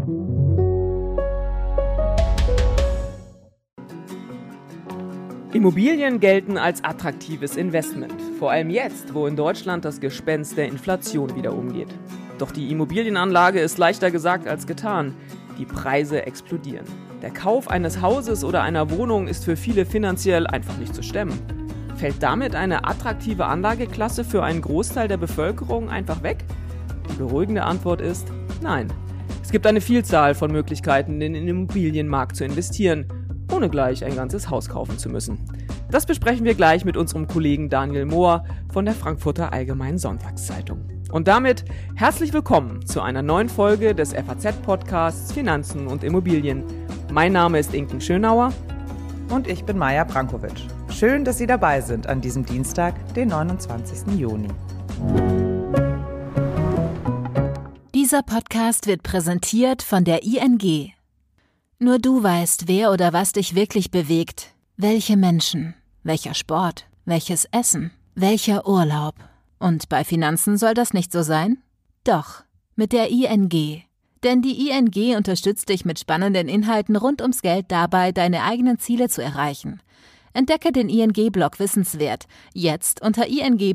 Immobilien gelten als attraktives Investment, vor allem jetzt, wo in Deutschland das Gespenst der Inflation wieder umgeht. Doch die Immobilienanlage ist leichter gesagt als getan. Die Preise explodieren. Der Kauf eines Hauses oder einer Wohnung ist für viele finanziell einfach nicht zu stemmen. Fällt damit eine attraktive Anlageklasse für einen Großteil der Bevölkerung einfach weg? Die beruhigende Antwort ist nein. Es gibt eine Vielzahl von Möglichkeiten, in den Immobilienmarkt zu investieren, ohne gleich ein ganzes Haus kaufen zu müssen. Das besprechen wir gleich mit unserem Kollegen Daniel Mohr von der Frankfurter Allgemeinen Sonntagszeitung. Und damit herzlich willkommen zu einer neuen Folge des FAZ-Podcasts Finanzen und Immobilien. Mein Name ist Inken Schönauer. Und ich bin Maja Brankovic. Schön, dass Sie dabei sind an diesem Dienstag, den 29. Juni. Dieser Podcast wird präsentiert von der ING. Nur du weißt, wer oder was dich wirklich bewegt. Welche Menschen, welcher Sport, welches Essen, welcher Urlaub. Und bei Finanzen soll das nicht so sein? Doch, mit der ING. Denn die ING unterstützt dich mit spannenden Inhalten rund ums Geld dabei, deine eigenen Ziele zu erreichen. Entdecke den ING-Blog Wissenswert jetzt unter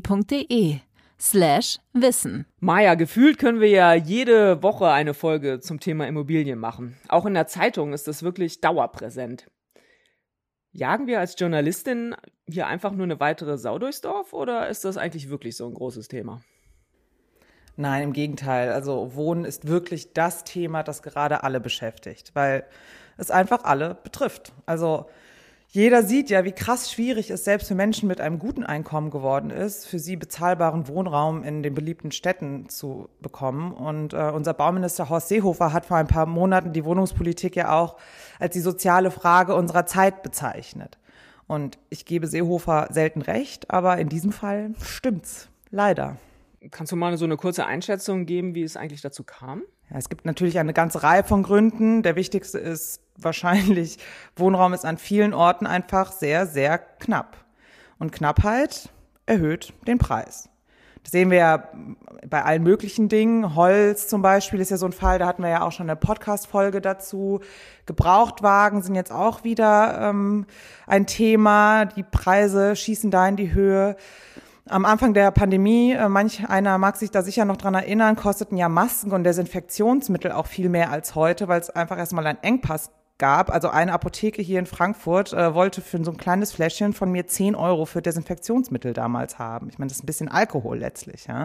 ing.de/Wissen. Maja, gefühlt können wir ja jede Woche eine Folge zum Thema Immobilien machen. Auch in der Zeitung ist das wirklich dauerpräsent. Jagen wir als Journalistin hier einfach nur eine weitere Sau durchs Dorf oder ist das eigentlich wirklich so ein großes Thema? Nein, im Gegenteil. Also Wohnen ist wirklich das Thema, das gerade alle beschäftigt, weil es einfach alle betrifft. Also jeder sieht ja, wie krass schwierig es selbst für Menschen mit einem guten Einkommen geworden ist, für sie bezahlbaren Wohnraum in den beliebten Städten zu bekommen. Und unser Bauminister Horst Seehofer hat vor ein paar Monaten die Wohnungspolitik ja auch als die soziale Frage unserer Zeit bezeichnet. Und ich gebe Seehofer selten recht, aber in diesem Fall stimmt's. Leider. Kannst du mal so eine kurze Einschätzung geben, wie es eigentlich dazu kam? Ja, es gibt natürlich eine ganze Reihe von Gründen. Der wichtigste ist wahrscheinlich, Wohnraum ist an vielen Orten einfach sehr, sehr knapp. Und Knappheit erhöht den Preis. Das sehen wir ja bei allen möglichen Dingen. Holz zum Beispiel ist ja so ein Fall, da hatten wir ja auch schon eine Podcast-Folge dazu. Gebrauchtwagen sind jetzt auch wieder ein Thema. Die Preise schießen da in die Höhe. Am Anfang der Pandemie, manch einer mag sich da sicher noch dran erinnern, kosteten ja Masken und Desinfektionsmittel auch viel mehr als heute, weil es einfach erstmal einen Engpass gab. Also eine Apotheke hier in Frankfurt wollte für so ein kleines Fläschchen von mir 10 € für Desinfektionsmittel damals haben. Ich meine, das ist ein bisschen Alkohol letztlich, ja.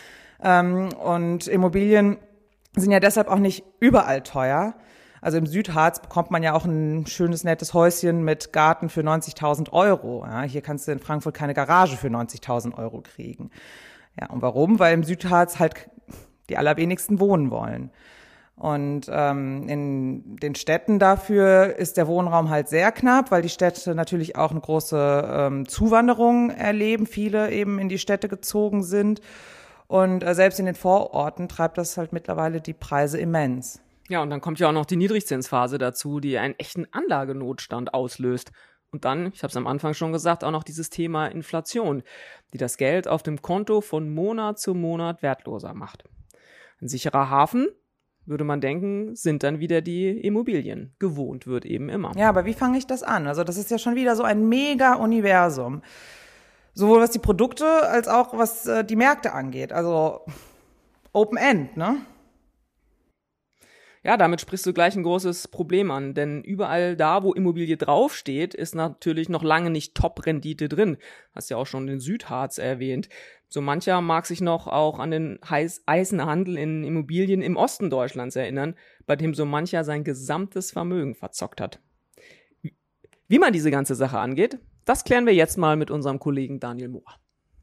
Und Immobilien sind ja deshalb auch nicht überall teuer. Also im Südharz bekommt man ja auch ein schönes, nettes Häuschen mit Garten für 90.000 €. Ja, hier kannst du in Frankfurt keine Garage für 90.000 € kriegen. Ja, und warum? Weil im Südharz halt die allerwenigsten wohnen wollen. Und in den Städten dafür ist der Wohnraum halt sehr knapp, weil die Städte natürlich auch eine große Zuwanderung erleben, viele eben in die Städte gezogen sind. Und selbst in den Vororten treibt das halt mittlerweile die Preise immens. Ja, und dann kommt ja auch noch die Niedrigzinsphase dazu, die einen echten Anlagenotstand auslöst. Und dann, ich habe es am Anfang schon gesagt, auch noch dieses Thema Inflation, die das Geld auf dem Konto von Monat zu Monat wertloser macht. Ein sicherer Hafen, würde man denken, sind dann wieder die Immobilien. Gewohnt wird eben immer. Ja, aber wie fange ich das an? Also das ist ja schon wieder so ein Mega-Universum. Sowohl was die Produkte als auch was die Märkte angeht. Also Open End, ne? Ja, damit sprichst du gleich ein großes Problem an, denn überall da, wo Immobilie draufsteht, ist natürlich noch lange nicht Top-Rendite drin. Hast ja auch schon den Südharz erwähnt. So mancher mag sich noch auch an den heißen Handel in Immobilien im Osten Deutschlands erinnern, bei dem so mancher sein gesamtes Vermögen verzockt hat. Wie man diese ganze Sache angeht, das klären wir jetzt mal mit unserem Kollegen Daniel Mohr.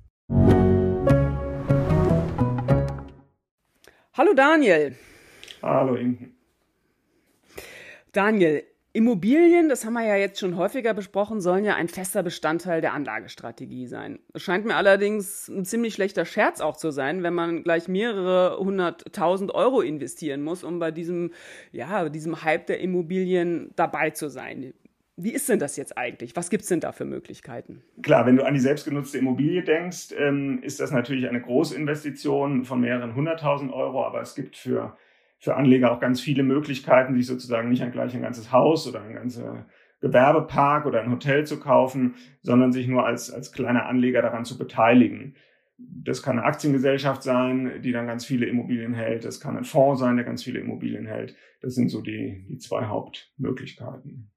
Hallo Daniel. Hallo Inken. Daniel, Immobilien, das haben wir ja jetzt schon häufiger besprochen, sollen ja ein fester Bestandteil der Anlagestrategie sein. Es scheint mir allerdings ein ziemlich schlechter Scherz auch zu sein, wenn man gleich mehrere 100.000 € investieren muss, um bei diesem Hype der Immobilien dabei zu sein. Wie ist denn das jetzt eigentlich? Was gibt's denn da für Möglichkeiten? Klar, wenn du an die selbstgenutzte Immobilie denkst, ist das natürlich eine Großinvestition von mehreren 100.000 €, aber es gibt für für Anleger auch ganz viele Möglichkeiten, sich sozusagen nicht gleich ein ganzes Haus oder ein ganzer Gewerbepark oder ein Hotel zu kaufen, sondern sich nur als kleiner Anleger daran zu beteiligen. Das kann eine Aktiengesellschaft sein, die dann ganz viele Immobilien hält. Das kann ein Fonds sein, der ganz viele Immobilien hält. Das sind so die zwei Hauptmöglichkeiten.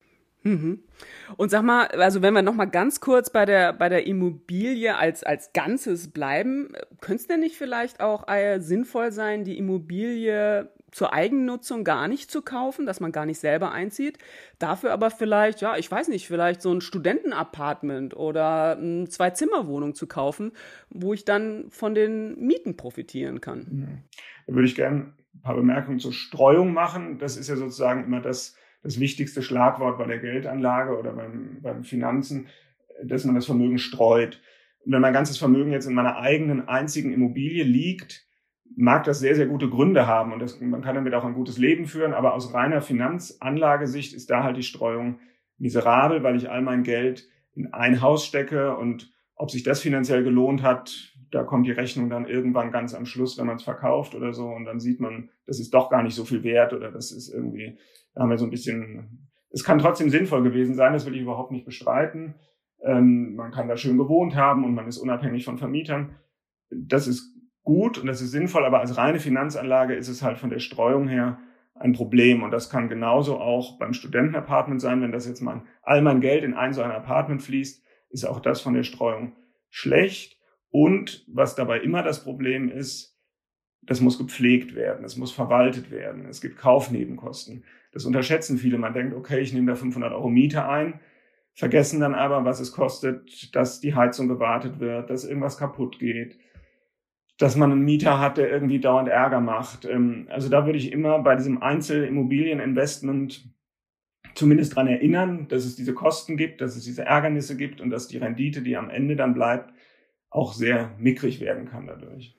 Und sag mal, also wenn wir noch mal ganz kurz bei der Immobilie als Ganzes bleiben, könnte es denn nicht vielleicht auch sinnvoll sein, die Immobilie zur Eigennutzung gar nicht zu kaufen, dass man gar nicht selber einzieht, dafür aber vielleicht, ja, ich weiß nicht, vielleicht so ein Studentenapartment oder eine Zwei-Zimmer-Wohnung zu kaufen, wo ich dann von den Mieten profitieren kann? Da würde ich gerne ein paar Bemerkungen zur Streuung machen. Das ist ja sozusagen immer das wichtigste Schlagwort bei der Geldanlage oder beim Finanzen, dass man das Vermögen streut. Und wenn mein ganzes Vermögen jetzt in meiner eigenen einzigen Immobilie liegt, mag das sehr, sehr gute Gründe haben und man kann damit auch ein gutes Leben führen, aber aus reiner Finanzanlagesicht ist da halt die Streuung miserabel, weil ich all mein Geld in ein Haus stecke und ob sich das finanziell gelohnt hat, da kommt die Rechnung dann irgendwann ganz am Schluss, wenn man es verkauft oder so und dann sieht man, das ist doch gar nicht so viel wert oder das ist irgendwie, da haben wir so ein bisschen, es kann trotzdem sinnvoll gewesen sein, das will ich überhaupt nicht bestreiten. Man kann da schön gewohnt haben und man ist unabhängig von Vermietern. Das ist gut und das ist sinnvoll, aber als reine Finanzanlage ist es halt von der Streuung her ein Problem und das kann genauso auch beim Studentenapartment sein, wenn das jetzt mal all mein Geld in so ein Apartment fließt, ist auch das von der Streuung schlecht und was dabei immer das Problem ist, das muss gepflegt werden, es muss verwaltet werden, es gibt Kaufnebenkosten. Das unterschätzen viele, man denkt, okay, ich nehme da 500 € Miete ein, vergessen dann aber, was es kostet, dass die Heizung gewartet wird, dass irgendwas kaputt geht, dass man einen Mieter hat, der irgendwie dauernd Ärger macht. Also da würde ich immer bei diesem Einzelimmobilieninvestment zumindest dran erinnern, dass es diese Kosten gibt, dass es diese Ärgernisse gibt und dass die Rendite, die am Ende dann bleibt, auch sehr mickrig werden kann dadurch.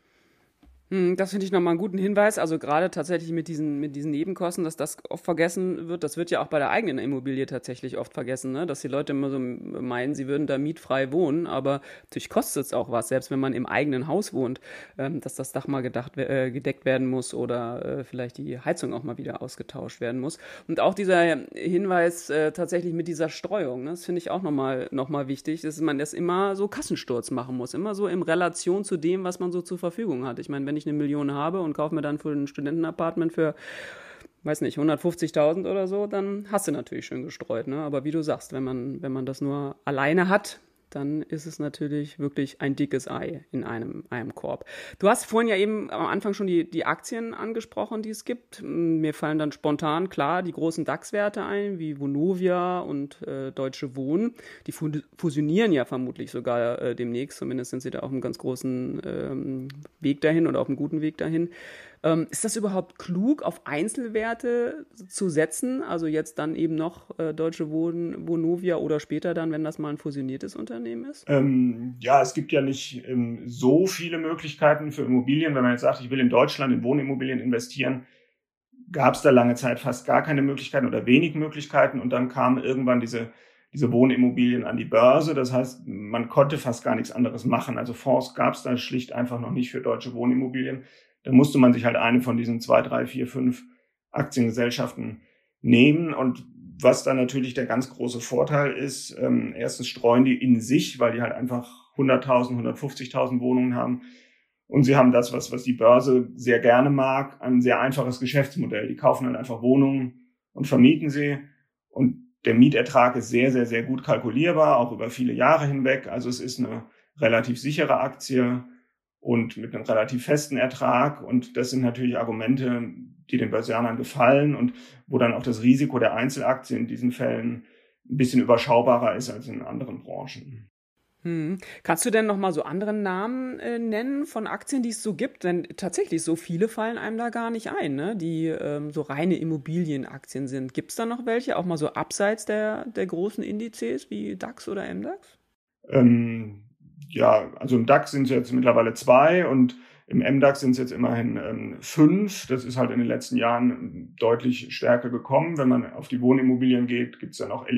Das finde ich nochmal einen guten Hinweis. Also gerade tatsächlich mit diesen Nebenkosten, dass das oft vergessen wird. Das wird ja auch bei der eigenen Immobilie tatsächlich oft vergessen, ne? Dass die Leute immer so meinen, sie würden da mietfrei wohnen. Aber natürlich kostet es auch was, selbst wenn man im eigenen Haus wohnt, dass das Dach mal gedeckt werden muss oder vielleicht die Heizung auch mal wieder ausgetauscht werden muss. Und auch dieser Hinweis tatsächlich mit dieser Streuung, ne? Das finde ich auch nochmal wichtig, dass man das immer so Kassensturz machen muss. Immer so in Relation zu dem, was man so zur Verfügung hat. Ich meine, wenn ich 1 Million habe und kaufe mir dann für ein Studentenapartment für, weiß nicht, 150.000 oder so, dann hast du natürlich schön gestreut, ne? Aber wie du sagst, wenn man das nur alleine hat, dann ist es natürlich wirklich ein dickes Ei in einem Korb. Du hast vorhin ja eben am Anfang schon die Aktien angesprochen, die es gibt. Mir fallen dann spontan, klar, die großen DAX-Werte ein, wie Vonovia und Deutsche Wohnen. Die fusionieren ja vermutlich sogar demnächst, zumindest sind sie da auf einem ganz großen Weg dahin oder auf einem guten Weg dahin. Ist das überhaupt klug, auf Einzelwerte zu setzen? Also jetzt dann eben noch Deutsche Wohnen, Vonovia oder später dann, wenn das mal ein fusioniertes Unternehmen ist? Ja, es gibt ja nicht so viele Möglichkeiten für Immobilien. Wenn man jetzt sagt, ich will in Deutschland in Wohnimmobilien investieren, gab es da lange Zeit fast gar keine Möglichkeiten oder wenig Möglichkeiten. Und dann kamen irgendwann diese Wohnimmobilien an die Börse. Das heißt, man konnte fast gar nichts anderes machen. Also Fonds gab es da schlicht einfach noch nicht für deutsche Wohnimmobilien. Da musste man sich halt eine von diesen 2, 3, 4, 5 Aktiengesellschaften nehmen. Und was dann natürlich der ganz große Vorteil ist, erstens streuen die in sich, weil die halt einfach 100.000, 150.000 Wohnungen haben. Und sie haben das, was die Börse sehr gerne mag, ein sehr einfaches Geschäftsmodell. Die kaufen dann einfach Wohnungen und vermieten sie. Und der Mietertrag ist sehr, sehr, sehr gut kalkulierbar, auch über viele Jahre hinweg. Also es ist eine relativ sichere Aktie und mit einem relativ festen Ertrag. Und das sind natürlich Argumente, die den Börsianern gefallen und wo dann auch das Risiko der Einzelaktien in diesen Fällen ein bisschen überschaubarer ist als in anderen Branchen. Kannst du denn noch mal so andere Namen nennen von Aktien, die es so gibt? Denn tatsächlich, so viele fallen einem da gar nicht ein, ne? Die so reine Immobilienaktien sind. Gibt es da noch welche, auch mal so abseits der großen Indizes wie DAX oder MDAX? Ja, also im DAX sind es jetzt mittlerweile 2 und im MDAX sind es jetzt immerhin 5. Das ist halt in den letzten Jahren deutlich stärker gekommen. Wenn man auf die Wohnimmobilien geht, gibt es dann auch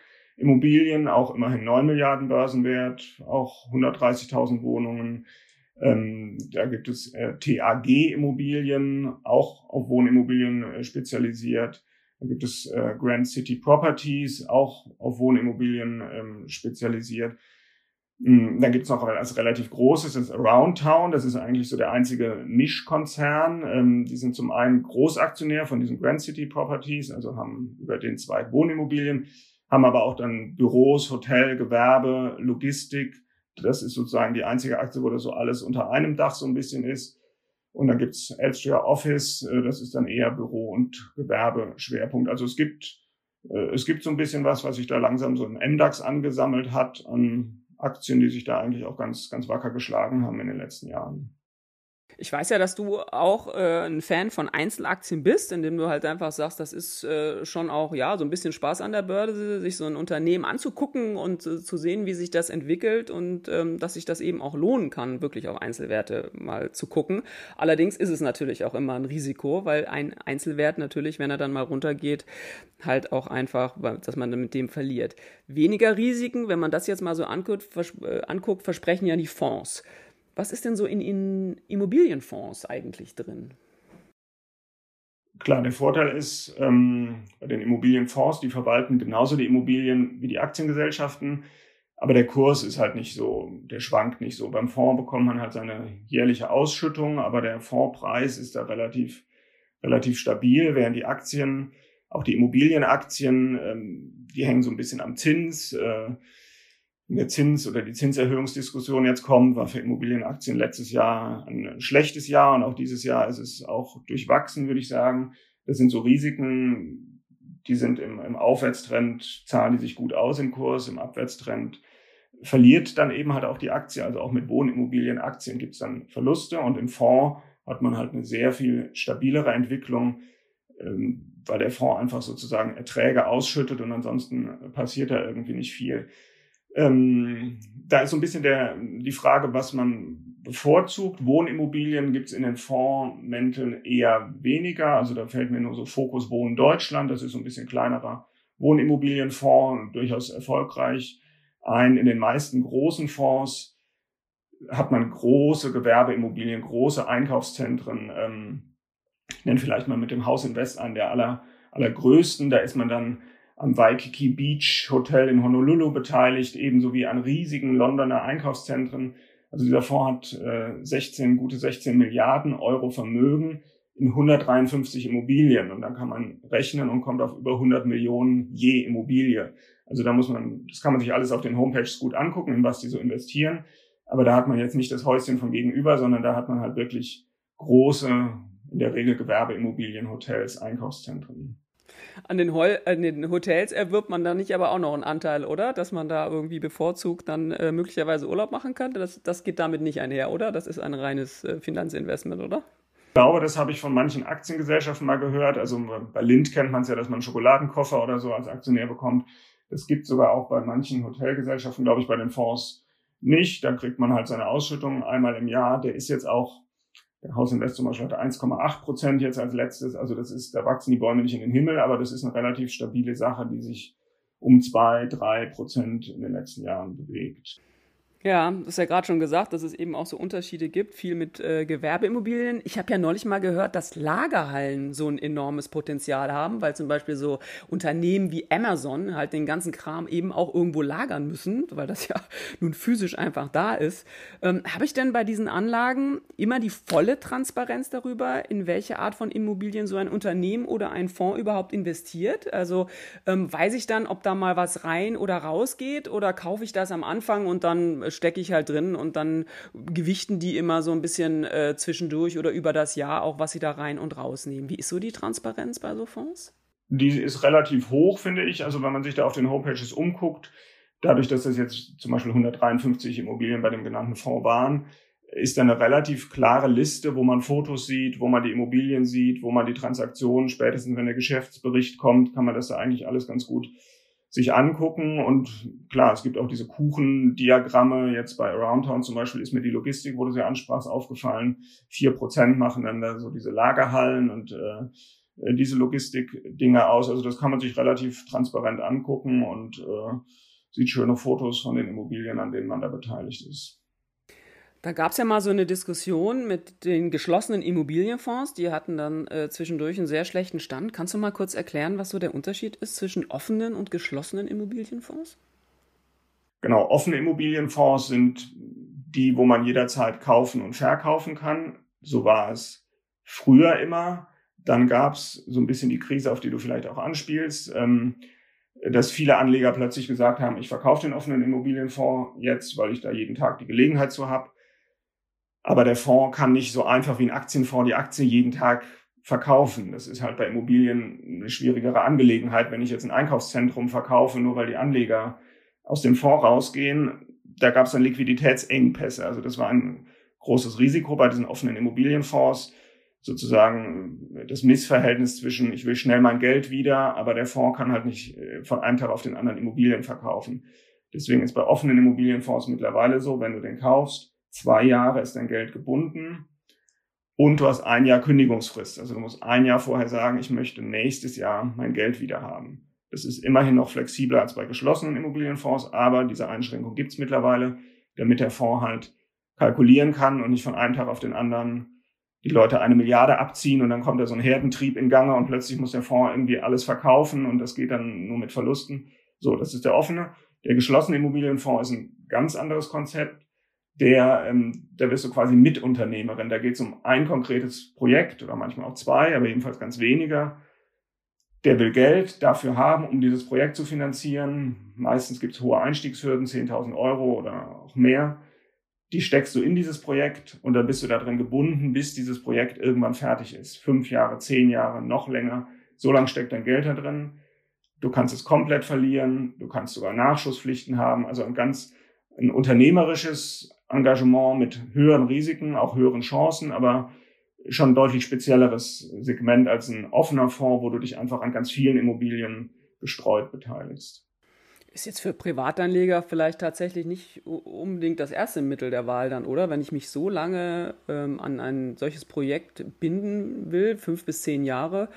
LEG-Immobilien, auch immerhin 9 Milliarden Börsenwert, auch 130.000 Wohnungen. Da gibt es TAG-Immobilien, auch auf Wohnimmobilien spezialisiert. Da gibt es Grand City Properties, auch auf Wohnimmobilien spezialisiert. Dann gibt es noch als relativ großes, das ist Aroundtown, das ist eigentlich so der einzige Mischkonzern. Die sind zum einen Großaktionär von diesen Grand City Properties, also haben über den 2 Wohnimmobilien, haben aber auch dann Büros, Hotel, Gewerbe, Logistik. Das ist sozusagen die einzige Aktie, wo das so alles unter einem Dach so ein bisschen ist. Und dann gibt's alstria Office, das ist dann eher Büro- und Gewerbeschwerpunkt. Also es gibt so ein bisschen was sich da langsam so im MDAX angesammelt hat an Aktien, die sich da eigentlich auch ganz, ganz wacker geschlagen haben in den letzten Jahren. Ich weiß ja, dass du auch ein Fan von Einzelaktien bist, indem du halt einfach sagst, das ist schon auch ja so ein bisschen Spaß an der Börse, sich so ein Unternehmen anzugucken und zu sehen, wie sich das entwickelt und dass sich das eben auch lohnen kann, wirklich auf Einzelwerte mal zu gucken. Allerdings ist es natürlich auch immer ein Risiko, weil ein Einzelwert natürlich, wenn er dann mal runtergeht, halt auch einfach, dass man mit dem verliert. Weniger Risiken, wenn man das jetzt mal so anguckt, versprechen ja die Fonds. Was ist denn so in Immobilienfonds eigentlich drin? Klar, der Vorteil ist, bei den Immobilienfonds, die verwalten genauso die Immobilien wie die Aktiengesellschaften, aber der Kurs ist halt nicht so, der schwankt nicht so. Beim Fonds bekommt man halt seine jährliche Ausschüttung, aber der Fondspreis ist da relativ stabil, während die Aktien, auch die Immobilienaktien, die hängen so ein bisschen am Zins. Der Zins oder die Zinserhöhungsdiskussion jetzt kommt, war für Immobilienaktien letztes Jahr ein schlechtes Jahr und auch dieses Jahr ist es auch durchwachsen, würde ich sagen. Das sind so Risiken, die sind im Aufwärtstrend, zahlen die sich gut aus im Kurs, im Abwärtstrend verliert dann eben halt auch die Aktie. Also auch mit Wohnimmobilienaktien gibt es dann Verluste und im Fonds hat man halt eine sehr viel stabilere Entwicklung, weil der Fonds einfach sozusagen Erträge ausschüttet und ansonsten passiert da irgendwie nicht viel. Da ist so ein bisschen die Frage, was man bevorzugt. Wohnimmobilien gibt es in den Fondsmänteln eher weniger. Also da fällt mir nur so Fokus Wohnen Deutschland. Das ist so ein bisschen kleinerer Wohnimmobilienfonds, durchaus erfolgreich ein. In den meisten großen Fonds hat man große Gewerbeimmobilien, große Einkaufszentren. Ich nenne vielleicht mal mit dem Haus in West einen der allergrößten. Da ist man dann am Waikiki Beach Hotel in Honolulu beteiligt, ebenso wie an riesigen Londoner Einkaufszentren. Also dieser Fonds hat gute 16 Milliarden Euro Vermögen in 153 Immobilien. Und dann kann man rechnen und kommt auf über 100 Millionen je Immobilie. Also das kann man sich alles auf den Homepages gut angucken, in was die so investieren. Aber da hat man jetzt nicht das Häuschen vom Gegenüber, sondern da hat man halt wirklich große, in der Regel Gewerbeimmobilien, Hotels, Einkaufszentren. An den Hotels erwirbt man da nicht aber auch noch einen Anteil, oder? Dass man da irgendwie bevorzugt dann möglicherweise Urlaub machen kann? Das geht damit nicht einher, oder? Das ist ein reines Finanzinvestment, oder? Ich glaube, das habe ich von manchen Aktiengesellschaften mal gehört. Also bei Lindt kennt man es ja, dass man einen Schokoladenkoffer oder so als Aktionär bekommt. Das gibt es sogar auch bei manchen Hotelgesellschaften, glaube ich, bei den Fonds nicht. Da kriegt man halt seine Ausschüttung einmal im Jahr. Der ist jetzt auch, der Hausinvest zum Beispiel hatte 1,8% jetzt als letztes. Also da wachsen die Bäume nicht in den Himmel, aber das ist eine relativ stabile Sache, die sich um 2-3% in den letzten Jahren bewegt. Ja, du hast ja gerade schon gesagt, dass es eben auch so Unterschiede gibt, viel mit Gewerbeimmobilien. Ich habe ja neulich mal gehört, dass Lagerhallen so ein enormes Potenzial haben, weil zum Beispiel so Unternehmen wie Amazon halt den ganzen Kram eben auch irgendwo lagern müssen, weil das ja nun physisch einfach da ist. Habe ich denn bei diesen Anlagen immer die volle Transparenz darüber, in welche Art von Immobilien so ein Unternehmen oder ein Fonds überhaupt investiert? Also weiß ich dann, ob da mal was rein oder raus geht oder kaufe ich das am Anfang und dann stecke ich halt drin und dann gewichten die immer so ein bisschen zwischendurch oder über das Jahr auch, was sie da rein und rausnehmen. Wie ist so die Transparenz bei so Fonds? Die ist relativ hoch, finde ich. Also wenn man sich da auf den Homepages umguckt, dadurch, dass das jetzt zum Beispiel 153 Immobilien bei dem genannten Fonds waren, ist da eine relativ klare Liste, wo man Fotos sieht, wo man die Immobilien sieht, wo man die Transaktionen, spätestens wenn der Geschäftsbericht kommt, kann man das da eigentlich alles ganz gut sich angucken. Und klar, es gibt auch diese Kuchendiagramme. Jetzt bei Aroundtown zum Beispiel ist mir die Logistik, wo du sie ansprachst, aufgefallen. 4% machen dann da so diese Lagerhallen und diese Logistik-Dinge aus. Also das kann man sich relativ transparent angucken und sieht schöne Fotos von den Immobilien, an denen man da beteiligt ist. Da gab es ja mal so eine Diskussion mit den geschlossenen Immobilienfonds. Die hatten dann zwischendurch einen sehr schlechten Stand. Kannst du mal kurz erklären, was so der Unterschied ist zwischen offenen und geschlossenen Immobilienfonds? Genau, offene Immobilienfonds sind die, wo man jederzeit kaufen und verkaufen kann. So war es früher immer. Dann gab es so ein bisschen die Krise, auf die du vielleicht auch anspielst, dass viele Anleger plötzlich gesagt haben, ich verkaufe den offenen Immobilienfonds jetzt, weil ich da jeden Tag die Gelegenheit zu habe. Aber der Fonds kann nicht so einfach wie ein Aktienfonds die Aktie jeden Tag verkaufen. Das ist halt bei Immobilien eine schwierigere Angelegenheit. Wenn ich jetzt ein Einkaufszentrum verkaufe, nur weil die Anleger aus dem Fonds rausgehen, da gab es dann Liquiditätsengpässe. Also das war ein großes Risiko bei diesen offenen Immobilienfonds. Sozusagen das Missverhältnis zwischen, ich will schnell mein Geld wieder, aber der Fonds kann halt nicht von einem Tag auf den anderen Immobilien verkaufen. Deswegen ist bei offenen Immobilienfonds mittlerweile so, wenn du den kaufst, 2 Jahre ist dein Geld gebunden und du hast 1 Jahr Kündigungsfrist. Also du musst 1 Jahr vorher sagen, ich möchte nächstes Jahr mein Geld wieder haben. Das ist immerhin noch flexibler als bei geschlossenen Immobilienfonds, aber diese Einschränkung gibt es mittlerweile, damit der Fonds halt kalkulieren kann und nicht von einem Tag auf den anderen die Leute 1 Milliarde abziehen und dann kommt da so ein Herdentrieb in Gange und plötzlich muss der Fonds irgendwie alles verkaufen und das geht dann nur mit Verlusten. So, das ist der offene. Der geschlossene Immobilienfonds ist ein ganz anderes Konzept. Da bist du quasi Mitunternehmerin. Da geht es um ein konkretes Projekt oder manchmal auch 2, aber jedenfalls ganz weniger. Der will Geld dafür haben, um dieses Projekt zu finanzieren. Meistens gibt es hohe Einstiegshürden, 10.000 Euro oder auch mehr. Die steckst du in dieses Projekt und dann bist du da drin gebunden, bis dieses Projekt irgendwann fertig ist. 5 Jahre, 10 Jahre, noch länger. So lange steckt dein Geld da drin. Du kannst es komplett verlieren. Du kannst sogar Nachschusspflichten haben. Also ein unternehmerisches Engagement mit höheren Risiken, auch höheren Chancen, aber schon ein deutlich spezielleres Segment als ein offener Fonds, wo du dich einfach an ganz vielen Immobilien gestreut beteiligst. Ist jetzt für Privatanleger vielleicht tatsächlich nicht unbedingt das erste Mittel der Wahl dann, oder? Wenn ich mich so lange an ein solches Projekt binden will, 5 bis 10 Jahre,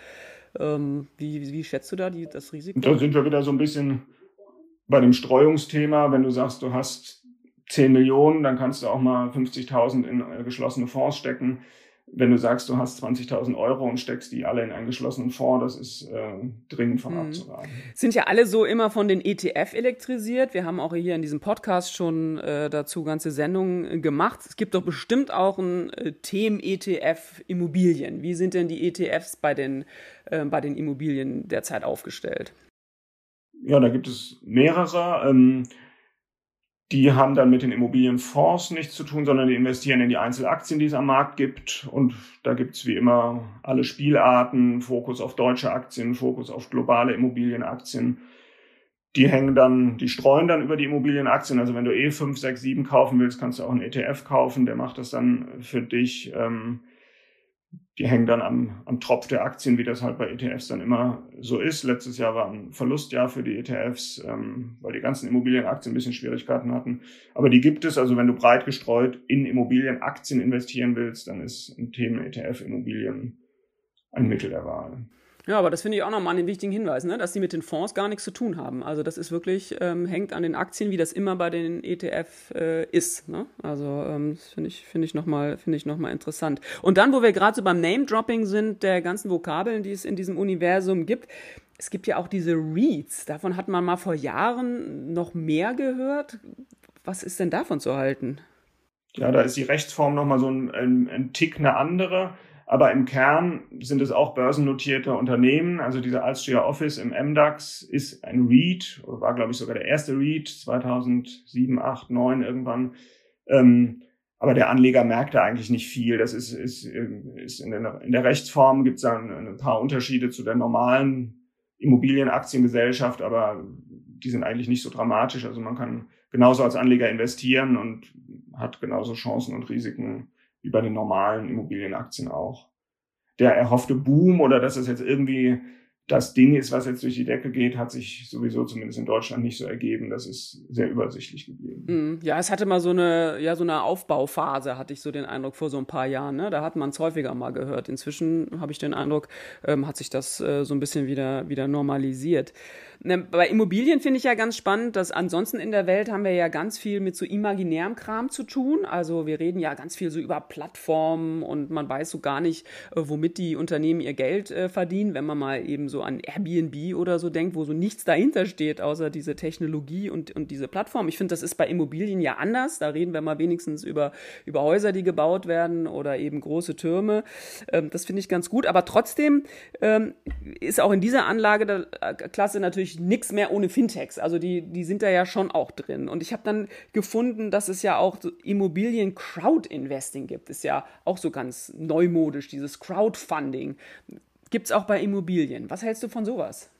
wie schätzt du da das Risiko? Da sind wir wieder so ein bisschen bei dem Streuungsthema. Wenn du sagst, du hast 10 Millionen, dann kannst du auch mal 50.000 in geschlossene Fonds stecken. Wenn du sagst, du hast 20.000 Euro und steckst die alle in einen geschlossenen Fonds, das ist dringend von abzuraten. Sind ja alle so immer von den ETF elektrisiert. Wir haben auch hier in diesem Podcast schon dazu ganze Sendungen gemacht. Es gibt doch bestimmt auch ein Themen-ETF Immobilien. Wie sind denn die ETFs bei den Immobilien derzeit aufgestellt? Ja, da gibt es mehrere. Die haben dann mit den Immobilienfonds nichts zu tun, sondern die investieren in die Einzelaktien, die es am Markt gibt. Und da gibt es wie immer alle Spielarten, Fokus auf deutsche Aktien, Fokus auf globale Immobilienaktien. Die streuen dann über die Immobilienaktien. Also wenn du 5, 6, 7 kaufen willst, kannst du auch einen ETF kaufen, der macht das dann für dich. Die hängen dann am Tropf der Aktien, wie das halt bei ETFs dann immer so ist. Letztes Jahr war ein Verlustjahr für die ETFs, weil die ganzen Immobilienaktien ein bisschen Schwierigkeiten hatten. Aber die gibt es. Also wenn du breit gestreut in Immobilienaktien investieren willst, dann ist ein Themen-ETF Immobilien ein Mittel der Wahl. Ja, aber das finde ich auch nochmal einen wichtigen Hinweis, ne? Dass die mit den Fonds gar nichts zu tun haben. Also das ist wirklich, hängt an den Aktien, wie das immer bei den ETF ist. Ne? Also das finde ich nochmal interessant. Und dann, wo wir gerade so beim Name-Dropping sind, der ganzen Vokabeln, die es in diesem Universum gibt, es gibt ja auch diese REITs. Davon hat man mal vor Jahren noch mehr gehört. Was ist denn davon zu halten? Ja, da ist die Rechtsform nochmal so ein Tick eine andere. Aber im Kern sind es auch börsennotierte Unternehmen. Also dieser Alstria Office im MDAX ist ein REIT, oder war, glaube ich, sogar der erste REIT, 2007, 8, 9 irgendwann. Aber der Anleger merkt da eigentlich nicht viel. Das ist in der Rechtsform gibt es dann ein paar Unterschiede zu der normalen Immobilienaktiengesellschaft, aber die sind eigentlich nicht so dramatisch. Also man kann genauso als Anleger investieren und hat genauso Chancen und Risiken wie bei den normalen Immobilienaktien auch. Der erhoffte Boom oder dass es jetzt irgendwie das Ding ist, was jetzt durch die Decke geht, hat sich sowieso zumindest in Deutschland nicht so ergeben. Das ist sehr übersichtlich geblieben. Ja, es hatte mal so eine Aufbauphase, hatte ich so den Eindruck, vor so ein paar Jahren. Ne? Da hat man es häufiger mal gehört. Inzwischen habe ich den Eindruck, hat sich das so ein bisschen wieder normalisiert. Bei Immobilien finde ich ja ganz spannend, dass ansonsten in der Welt haben wir ja ganz viel mit so imaginärem Kram zu tun. Also wir reden ja ganz viel so über Plattformen und man weiß so gar nicht, womit die Unternehmen ihr Geld verdienen, wenn man mal eben so an Airbnb oder so denkt, wo so nichts dahinter steht, außer diese Technologie und diese Plattform. Ich finde, das ist bei Immobilien ja anders. Da reden wir mal wenigstens über Häuser, die gebaut werden oder eben große Türme. Das finde ich ganz gut. Aber trotzdem ist auch in dieser Anlageklasse natürlich nichts mehr ohne Fintechs. Also die sind da ja schon auch drin. Und ich habe dann gefunden, dass es ja auch so Immobilien-Crowd-Investing gibt. Ist ja auch so ganz neumodisch, dieses Crowdfunding. Gibt es auch bei Immobilien. Was hältst du von sowas?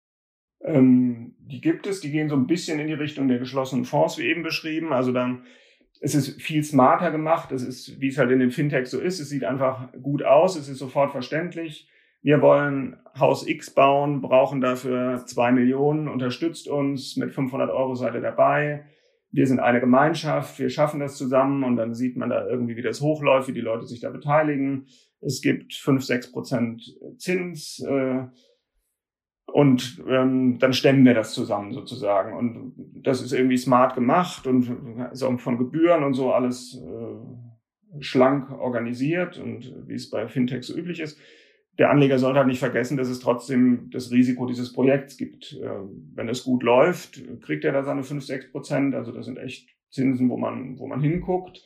Die gibt es, die gehen so ein bisschen in die Richtung der geschlossenen Fonds, wie eben beschrieben. Also dann, es ist viel smarter gemacht. Es ist, wie es halt in den Fintechs so ist. Es sieht einfach gut aus. Es ist sofort verständlich. Wir wollen Haus X bauen, brauchen dafür 2 Millionen, unterstützt uns, mit 500 € seid ihr dabei. Wir sind eine Gemeinschaft, wir schaffen das zusammen und dann sieht man da irgendwie, wie das hochläuft, wie die Leute sich da beteiligen. Es gibt 5-6% Zins und dann stemmen wir das zusammen sozusagen. Und das ist irgendwie smart gemacht und ist auch von Gebühren und so alles schlank organisiert und wie es bei Fintech so üblich ist. Der Anleger sollte halt nicht vergessen, dass es trotzdem das Risiko dieses Projekts gibt. Wenn es gut läuft, kriegt er da seine 5-6%. Also das sind echt Zinsen, wo man hinguckt.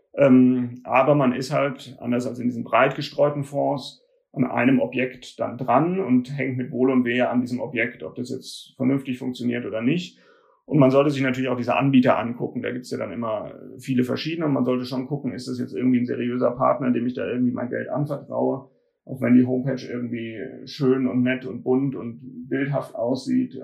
Aber man ist halt, anders als in diesen breit gestreuten Fonds, an einem Objekt dann dran und hängt mit Wohl und Wehe an diesem Objekt, ob das jetzt vernünftig funktioniert oder nicht. Und man sollte sich natürlich auch diese Anbieter angucken. Da gibt's ja dann immer viele verschiedene. Und man sollte schon gucken, ist das jetzt irgendwie ein seriöser Partner, dem ich da irgendwie mein Geld anvertraue. Auch wenn die Homepage irgendwie schön und nett und bunt und bildhaft aussieht,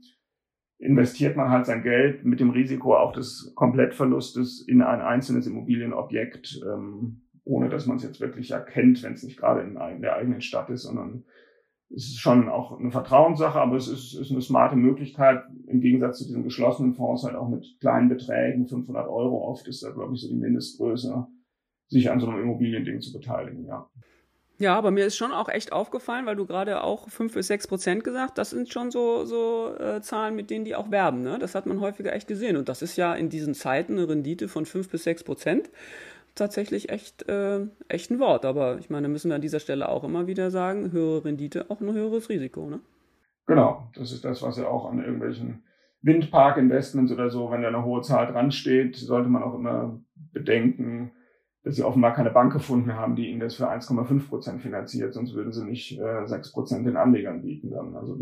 investiert man halt sein Geld mit dem Risiko auch des Komplettverlustes in ein einzelnes Immobilienobjekt, ohne dass man es jetzt wirklich erkennt, wenn es nicht gerade in der eigenen Stadt ist, sondern es ist schon auch eine Vertrauenssache, aber es ist eine smarte Möglichkeit, im Gegensatz zu diesen geschlossenen Fonds halt auch mit kleinen Beträgen, 500 € oft ist da, glaube ich, so die Mindestgröße, sich an so einem Immobiliending zu beteiligen, ja. Ja, aber mir ist schon auch echt aufgefallen, weil du gerade auch 5-6% gesagt, das sind schon so Zahlen, mit denen die auch werben, ne? Das hat man häufiger echt gesehen. Und das ist ja in diesen Zeiten eine Rendite von 5-6% tatsächlich echt ein Wort. Aber ich meine, müssen wir an dieser Stelle auch immer wieder sagen, höhere Rendite, auch ein höheres Risiko, ne? Genau, das ist das, was ja auch an irgendwelchen Windpark-Investments oder so, wenn da eine hohe Zahl dran steht, sollte man auch immer bedenken, dass sie offenbar keine Bank gefunden haben, die ihnen das für 1,5% finanziert, sonst würden sie nicht 6% den Anlegern bieten dann. Also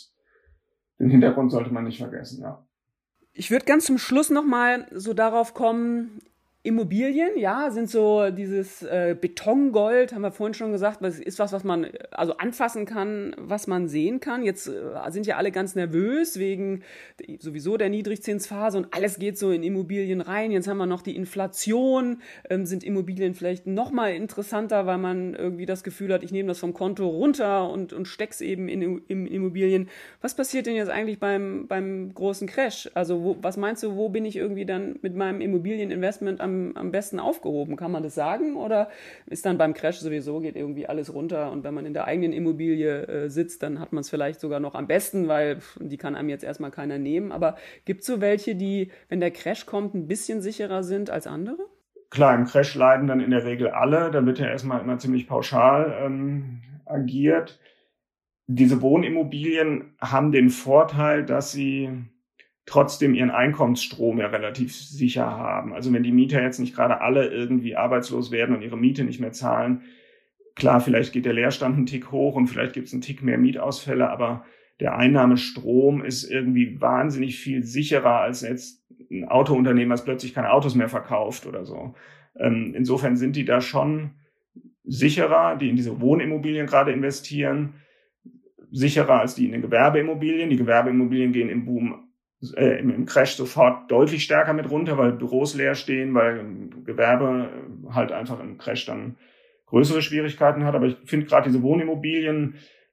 den Hintergrund sollte man nicht vergessen, ja. Ich würde ganz zum Schluss nochmal so darauf kommen, Immobilien, ja, sind so dieses Betongold, haben wir vorhin schon gesagt, das ist was man also anfassen kann, was man sehen kann. Jetzt sind ja alle ganz nervös wegen sowieso der Niedrigzinsphase und alles geht so in Immobilien rein. Jetzt haben wir noch die Inflation, sind Immobilien vielleicht noch mal interessanter, weil man irgendwie das Gefühl hat, ich nehme das vom Konto runter und steck's eben in Immobilien. Was passiert denn jetzt eigentlich beim großen Crash? Also was meinst du, wo bin ich irgendwie dann mit meinem Immobilieninvestment am besten aufgehoben? Kann man das sagen? Oder ist dann beim Crash sowieso, geht irgendwie alles runter und wenn man in der eigenen Immobilie sitzt, dann hat man es vielleicht sogar noch am besten, weil die kann einem jetzt erstmal keiner nehmen. Aber gibt es so welche, die, wenn der Crash kommt, ein bisschen sicherer sind als andere? Klar, im Crash leiden dann in der Regel alle. Da wird ja erstmal immer ziemlich pauschal agiert. Diese Wohnimmobilien haben den Vorteil, dass sie trotzdem ihren Einkommensstrom ja relativ sicher haben. Also wenn die Mieter jetzt nicht gerade alle irgendwie arbeitslos werden und ihre Miete nicht mehr zahlen, klar, vielleicht geht der Leerstand einen Tick hoch und vielleicht gibt es einen Tick mehr Mietausfälle, aber der Einnahmestrom ist irgendwie wahnsinnig viel sicherer als jetzt ein Autounternehmen, was plötzlich keine Autos mehr verkauft oder so. Insofern sind die da schon sicherer, die in diese Wohnimmobilien gerade investieren, sicherer als die in den Gewerbeimmobilien. Die Gewerbeimmobilien gehen im Boom im Crash sofort deutlich stärker mit runter, weil Büros leer stehen, weil Gewerbe halt einfach im Crash dann größere Schwierigkeiten hat. Aber ich finde gerade diese Wohnimmobilien,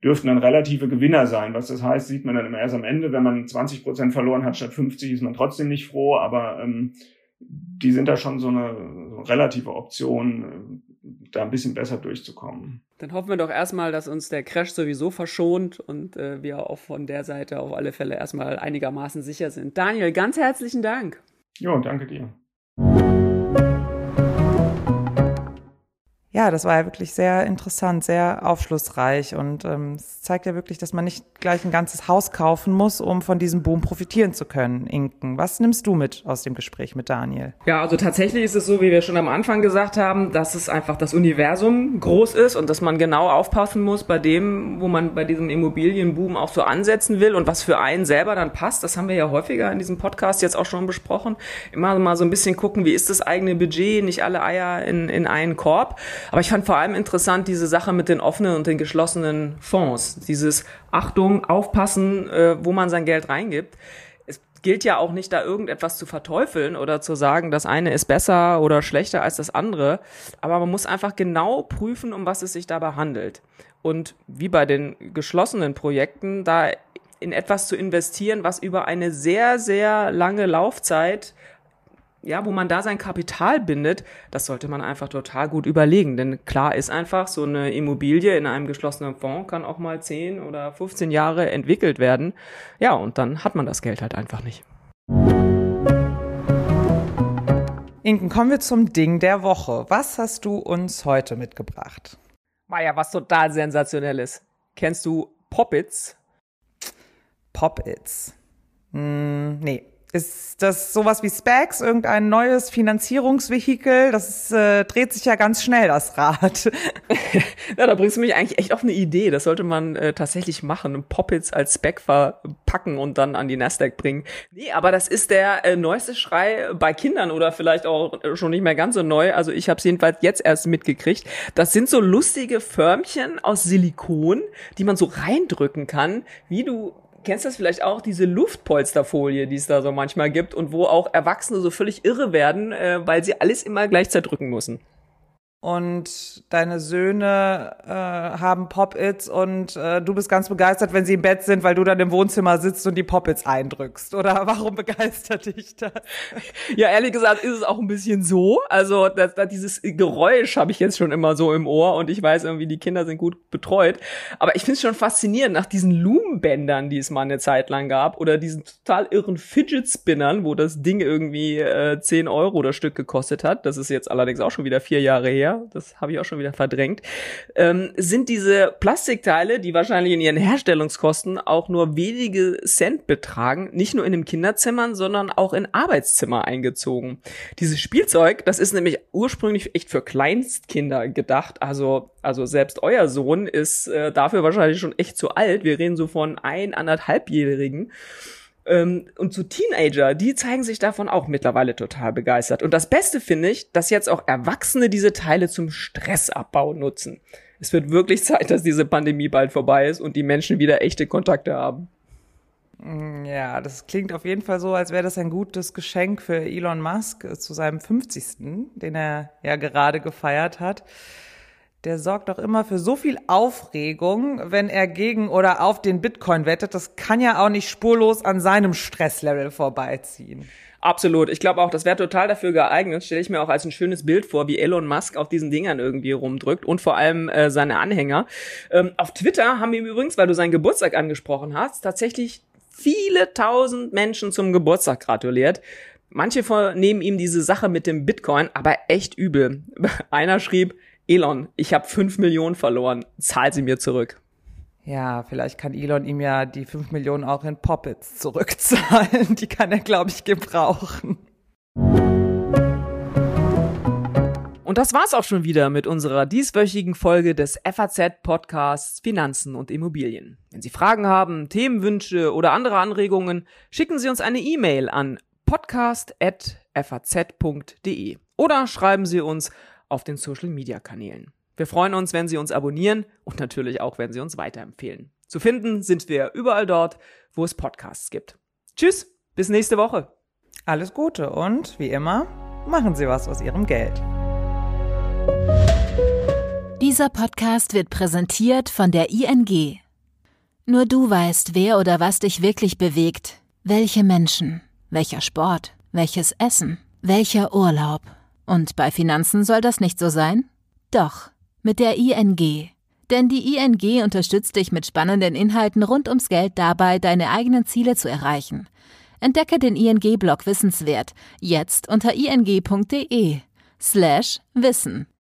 dürften dann relative Gewinner sein. Was das heißt, sieht man dann immer erst am Ende. Wenn man 20% verloren hat statt 50, ist man trotzdem nicht froh, aber die sind da schon so eine relative Option, da ein bisschen besser durchzukommen. Dann hoffen wir doch erstmal, dass uns der Crash sowieso verschont und wir auch von der Seite auf alle Fälle erstmal einigermaßen sicher sind. Daniel, ganz herzlichen Dank. Jo, danke dir. Ja, das war ja wirklich sehr interessant, sehr aufschlussreich und es zeigt ja wirklich, dass man nicht gleich ein ganzes Haus kaufen muss, um von diesem Boom profitieren zu können. Inken, was nimmst du mit aus dem Gespräch mit Daniel? Ja, also tatsächlich ist es so, wie wir schon am Anfang gesagt haben, dass es einfach das Universum groß ist und dass man genau aufpassen muss bei dem, wo man bei diesem Immobilienboom auch so ansetzen will und was für einen selber dann passt. Das haben wir ja häufiger in diesem Podcast jetzt auch schon besprochen. Immer mal so ein bisschen gucken, wie ist das eigene Budget, nicht alle Eier in einen Korb. Aber ich fand vor allem interessant diese Sache mit den offenen und den geschlossenen Fonds. Dieses Achtung, aufpassen, wo man sein Geld reingibt. Es gilt ja auch nicht, da irgendetwas zu verteufeln oder zu sagen, das eine ist besser oder schlechter als das andere. Aber man muss einfach genau prüfen, um was es sich dabei handelt. Und wie bei den geschlossenen Projekten, da in etwas zu investieren, was über eine sehr, sehr lange Laufzeit, ja, wo man da sein Kapital bindet, das sollte man einfach total gut überlegen. Denn klar ist einfach, so eine Immobilie in einem geschlossenen Fonds kann auch mal 10 oder 15 Jahre entwickelt werden. Ja, und dann hat man das Geld halt einfach nicht. Inken, kommen wir zum Ding der Woche. Was hast du uns heute mitgebracht? War ja was total Sensationelles. Kennst du Pop-Its? Pop-Its? Nee. Ist das sowas wie SPACs, irgendein neues Finanzierungsvehikel? Das dreht sich ja ganz schnell, das Rad. Ja, da bringst du mich eigentlich echt auf eine Idee. Das sollte man tatsächlich machen. Pop-Its als SPAC verpacken und dann an die Nasdaq bringen. Nee, aber das ist der neueste Schrei bei Kindern oder vielleicht auch schon nicht mehr ganz so neu. Also ich habe es jedenfalls jetzt erst mitgekriegt. Das sind so lustige Förmchen aus Silikon, die man so reindrücken kann, wie du kennst das vielleicht auch, diese Luftpolsterfolie, die es da so manchmal gibt und wo auch Erwachsene so völlig irre werden, weil sie alles immer gleich zerdrücken müssen. Und deine Söhne haben Pop-Its und du bist ganz begeistert, wenn sie im Bett sind, weil du dann im Wohnzimmer sitzt und die Pop-Its eindrückst. Oder warum begeistert dich das? Ja, ehrlich gesagt ist es auch ein bisschen so. Also dieses Geräusch habe ich jetzt schon immer so im Ohr und ich weiß irgendwie, die Kinder sind gut betreut. Aber ich finde es schon faszinierend, nach diesen Lumenbändern, die es mal eine Zeit lang gab, oder diesen total irren Fidget-Spinnern, wo das Ding irgendwie 10 € das Stück gekostet hat. Das ist jetzt allerdings auch schon wieder 4 Jahre her. Das habe ich auch schon wieder verdrängt, sind diese Plastikteile, die wahrscheinlich in ihren Herstellungskosten auch nur wenige Cent betragen, nicht nur in den Kinderzimmern, sondern auch in Arbeitszimmer eingezogen. Dieses Spielzeug, das ist nämlich ursprünglich echt für Kleinstkinder gedacht, also selbst euer Sohn ist dafür wahrscheinlich schon echt zu alt. Wir reden so von 1-1,5-Jährigen. Und so Teenager, die zeigen sich davon auch mittlerweile total begeistert. Und das Beste finde ich, dass jetzt auch Erwachsene diese Teile zum Stressabbau nutzen. Es wird wirklich Zeit, dass diese Pandemie bald vorbei ist und die Menschen wieder echte Kontakte haben. Ja, das klingt auf jeden Fall so, als wäre das ein gutes Geschenk für Elon Musk zu seinem 50., den er ja gerade gefeiert hat. Der sorgt doch immer für so viel Aufregung, wenn er gegen oder auf den Bitcoin wettet. Das kann ja auch nicht spurlos an seinem Stresslevel vorbeiziehen. Absolut. Ich glaube auch, das wäre total dafür geeignet. Stelle ich mir auch als ein schönes Bild vor, wie Elon Musk auf diesen Dingern irgendwie rumdrückt und vor allem seine Anhänger. Auf Twitter haben ihm übrigens, weil du seinen Geburtstag angesprochen hast, tatsächlich viele tausend Menschen zum Geburtstag gratuliert. Manche nehmen ihm diese Sache mit dem Bitcoin aber echt übel. Einer schrieb: Elon, ich habe 5 Millionen verloren, zahl sie mir zurück. Ja, vielleicht kann Elon ihm ja die 5 Millionen auch in Pop-Its zurückzahlen. Die kann er, glaube ich, gebrauchen. Und das war's auch schon wieder mit unserer dieswöchigen Folge des FAZ-Podcasts Finanzen und Immobilien. Wenn Sie Fragen haben, Themenwünsche oder andere Anregungen, schicken Sie uns eine E-Mail an podcast@faz.de oder schreiben Sie uns auf den Social-Media-Kanälen. Wir freuen uns, wenn Sie uns abonnieren und natürlich auch, wenn Sie uns weiterempfehlen. Zu finden sind wir überall dort, wo es Podcasts gibt. Tschüss, bis nächste Woche. Alles Gute und, wie immer, machen Sie was aus Ihrem Geld. Dieser Podcast wird präsentiert von der ING. Nur du weißt, wer oder was dich wirklich bewegt. Welche Menschen, welcher Sport, welches Essen, welcher Urlaub. Und bei Finanzen soll das nicht so sein? Doch, mit der ING. Denn die ING unterstützt dich mit spannenden Inhalten rund ums Geld dabei, deine eigenen Ziele zu erreichen. Entdecke den ING-Blog Wissenswert jetzt unter ing.de/Wissen.